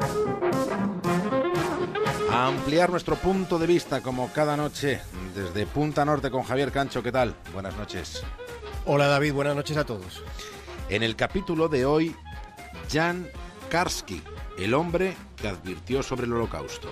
A ampliar nuestro punto de vista como cada noche desde Punta Norte con Javier Cancho. ¿Qué tal? Buenas noches. Hola David, buenas noches a todos. En el capítulo de hoy, Jan Karski, el hombre que advirtió sobre el Holocausto.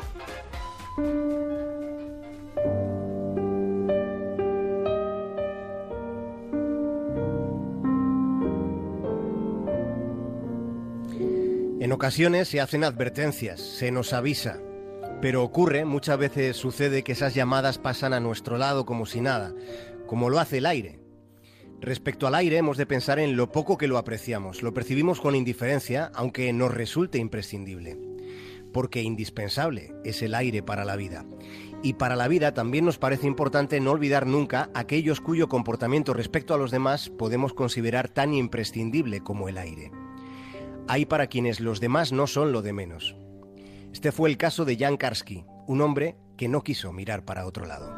En ocasiones se hacen advertencias, se nos avisa, pero ocurre, muchas veces sucede que esas llamadas pasan a nuestro lado como si nada, como lo hace el aire. Respecto al aire hemos de pensar en lo poco que lo apreciamos, lo percibimos con indiferencia, aunque nos resulte imprescindible, porque indispensable es el aire para la vida. Y para la vida también nos parece importante no olvidar nunca aquellos cuyo comportamiento respecto a los demás podemos considerar tan imprescindible como el aire. Hay para quienes los demás no son lo de menos. Este fue el caso de Jan Karski, un hombre que no quiso mirar para otro lado.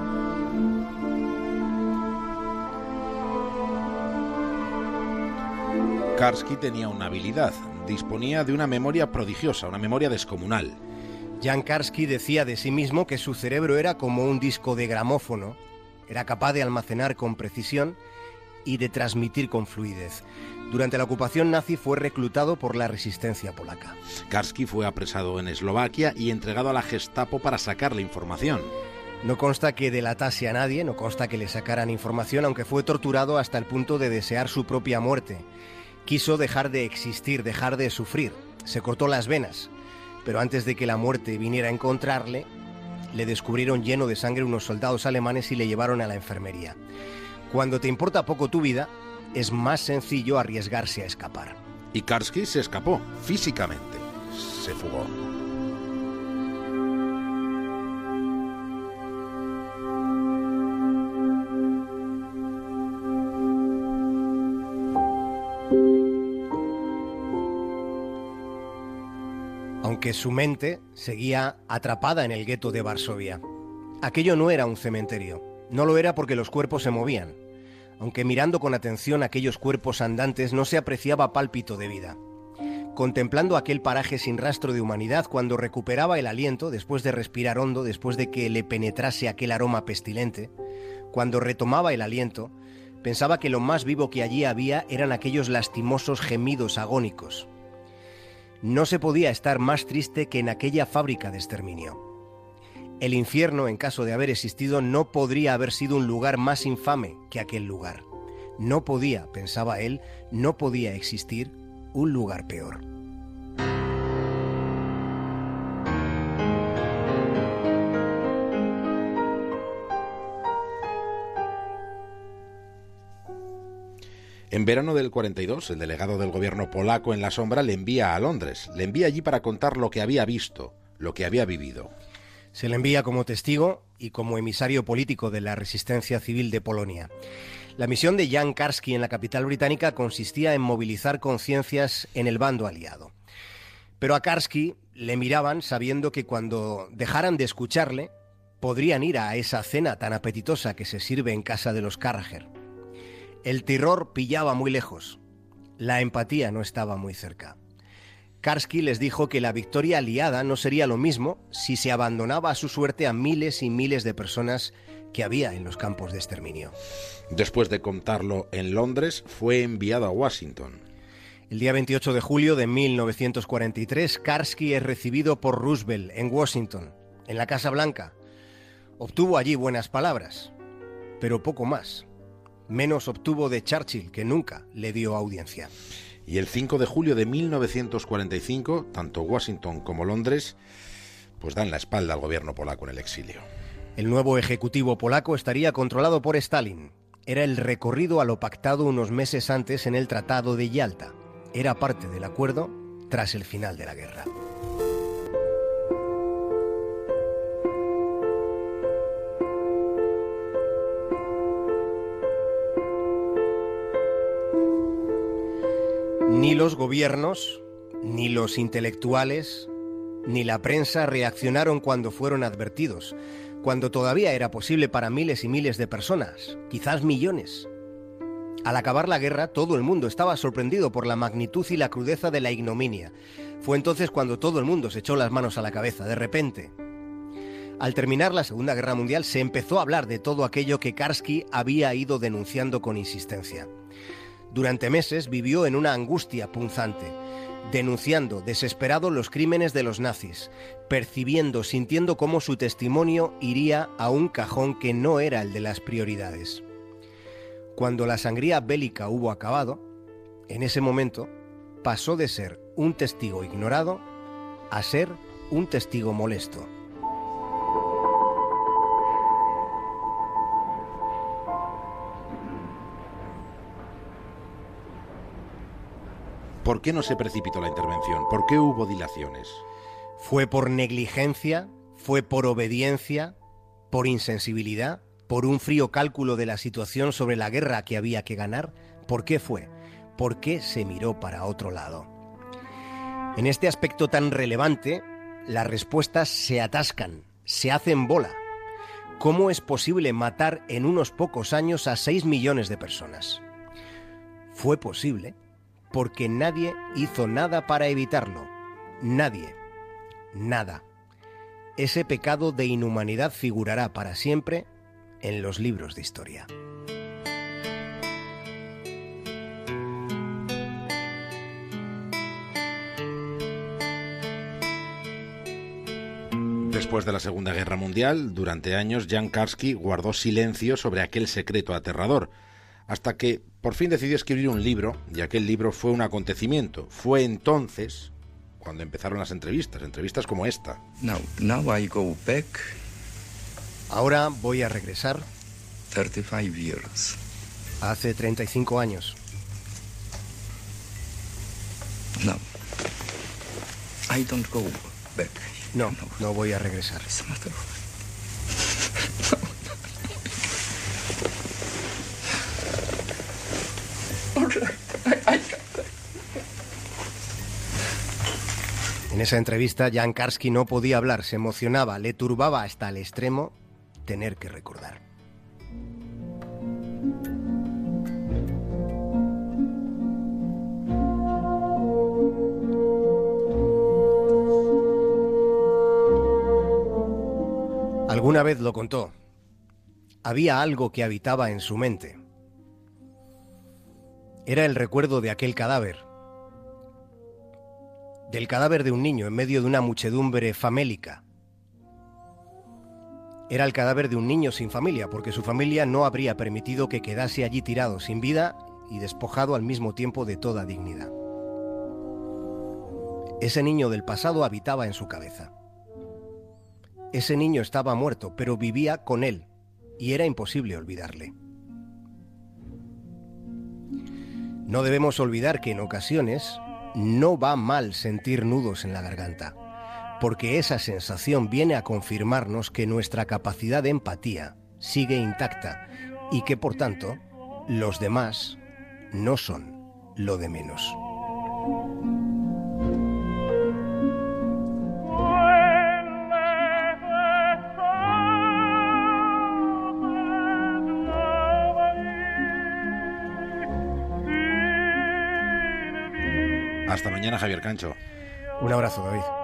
Karski tenía una habilidad, disponía de una memoria prodigiosa, una memoria descomunal. Jan Karski decía de sí mismo que su cerebro era como un disco de gramófono, era capaz de almacenar con precisión y de transmitir con fluidez. Durante la ocupación nazi fue reclutado por la resistencia polaca. Karski fue apresado en Eslovaquia y entregado a la Gestapo para sacarle información. No consta que delatase a nadie, no consta que le sacaran información, aunque fue torturado hasta el punto de desear su propia muerte. Quiso dejar de existir, dejar de sufrir. Se cortó las venas, pero antes de que la muerte viniera a encontrarle, le descubrieron lleno de sangre unos soldados alemanes y le llevaron a la enfermería. Cuando te importa poco tu vida, es más sencillo arriesgarse a escapar. Y Karski se escapó, físicamente. Se fugó. Aunque su mente seguía atrapada en el gueto de Varsovia. Aquello no era un cementerio. No lo era porque los cuerpos se movían. Aunque mirando con atención aquellos cuerpos andantes no se apreciaba pálpito de vida. Contemplando aquel paraje sin rastro de humanidad, cuando recuperaba el aliento, después de respirar hondo, después de que le penetrase aquel aroma pestilente, cuando retomaba el aliento, pensaba que lo más vivo que allí había eran aquellos lastimosos gemidos agónicos. No se podía estar más triste que en aquella fábrica de exterminio. El infierno, en caso de haber existido, no podría haber sido un lugar más infame que aquel lugar. No podía, pensaba él, no podía existir un lugar peor. En verano del 42, el delegado del gobierno polaco en la sombra le envía a Londres. Le envía allí para contar lo que había visto, lo que había vivido. Se le envía como testigo y como emisario político de la resistencia civil de Polonia. La misión de Jan Karski en la capital británica consistía en movilizar conciencias en el bando aliado. Pero a Karski le miraban sabiendo que cuando dejaran de escucharle, podrían ir a esa cena tan apetitosa que se sirve en casa de los Karracher. El terror pillaba muy lejos. La empatía no estaba muy cerca. Karski les dijo que la victoria aliada no sería lo mismo si se abandonaba a su suerte a miles y miles de personas que había en los campos de exterminio. Después de contarlo en Londres, fue enviado a Washington. El día 28 de julio de 1943, Karski es recibido por Roosevelt en Washington, en la Casa Blanca. Obtuvo allí buenas palabras, pero poco más. Menos obtuvo de Churchill, que nunca le dio audiencia. Y el 5 de julio de 1945, tanto Washington como Londres, pues dan la espalda al gobierno polaco en el exilio. El nuevo ejecutivo polaco estaría controlado por Stalin. Era el recorrido a lo pactado unos meses antes en el Tratado de Yalta. Era parte del acuerdo tras el final de la guerra. Ni los gobiernos, ni los intelectuales, ni la prensa reaccionaron cuando fueron advertidos, cuando todavía era posible para miles y miles de personas, quizás millones. Al acabar la guerra, todo el mundo estaba sorprendido por la magnitud y la crudeza de la ignominia. Fue entonces cuando todo el mundo se echó las manos a la cabeza, de repente. Al terminar la Segunda Guerra Mundial, se empezó a hablar de todo aquello que Karski había ido denunciando con insistencia. Durante meses vivió en una angustia punzante, denunciando desesperado los crímenes de los nazis, percibiendo, sintiendo cómo su testimonio iría a un cajón que no era el de las prioridades. Cuando la sangría bélica hubo acabado, en ese momento pasó de ser un testigo ignorado a ser un testigo molesto. ¿Por qué no se precipitó la intervención? ¿Por qué hubo dilaciones? ¿Fue por negligencia? ¿Fue por obediencia? ¿Por insensibilidad? ¿Por un frío cálculo de la situación sobre la guerra que había que ganar? ¿Por qué fue? ¿Por qué se miró para otro lado? En este aspecto tan relevante, las respuestas se atascan, se hacen bola. ¿Cómo es posible matar en unos pocos años a 6 millones de personas? Fue posible porque nadie hizo nada para evitarlo. Nadie. Nada. Ese pecado de inhumanidad figurará para siempre en los libros de historia. Después de la Segunda Guerra Mundial, durante años Jan Karski guardó silencio sobre aquel secreto aterrador, hasta que por fin decidió escribir un libro, y aquel libro fue un acontecimiento. Fue entonces cuando empezaron las entrevistas como esta. Now I go back. Ahora voy a regresar. 35 years. Hace 35 años. No. I don't go back. No voy a regresar. En esa entrevista, Jan Karski no podía hablar, se emocionaba, le turbaba hasta el extremo tener que recordar. Alguna vez lo contó. Había algo que habitaba en su mente. Era el recuerdo de aquel cadáver. Del cadáver de un niño en medio de una muchedumbre famélica. Era el cadáver de un niño sin familia, porque su familia no habría permitido que quedase allí tirado, sin vida y despojado al mismo tiempo de toda dignidad. Ese niño del pasado habitaba en su cabeza. Ese niño estaba muerto, pero vivía con él, y era imposible olvidarle. No debemos olvidar que en ocasiones no va mal sentir nudos en la garganta, porque esa sensación viene a confirmarnos que nuestra capacidad de empatía sigue intacta y que, por tanto, los demás no son lo de menos. Hasta mañana, Javier Cancho. Un abrazo, David.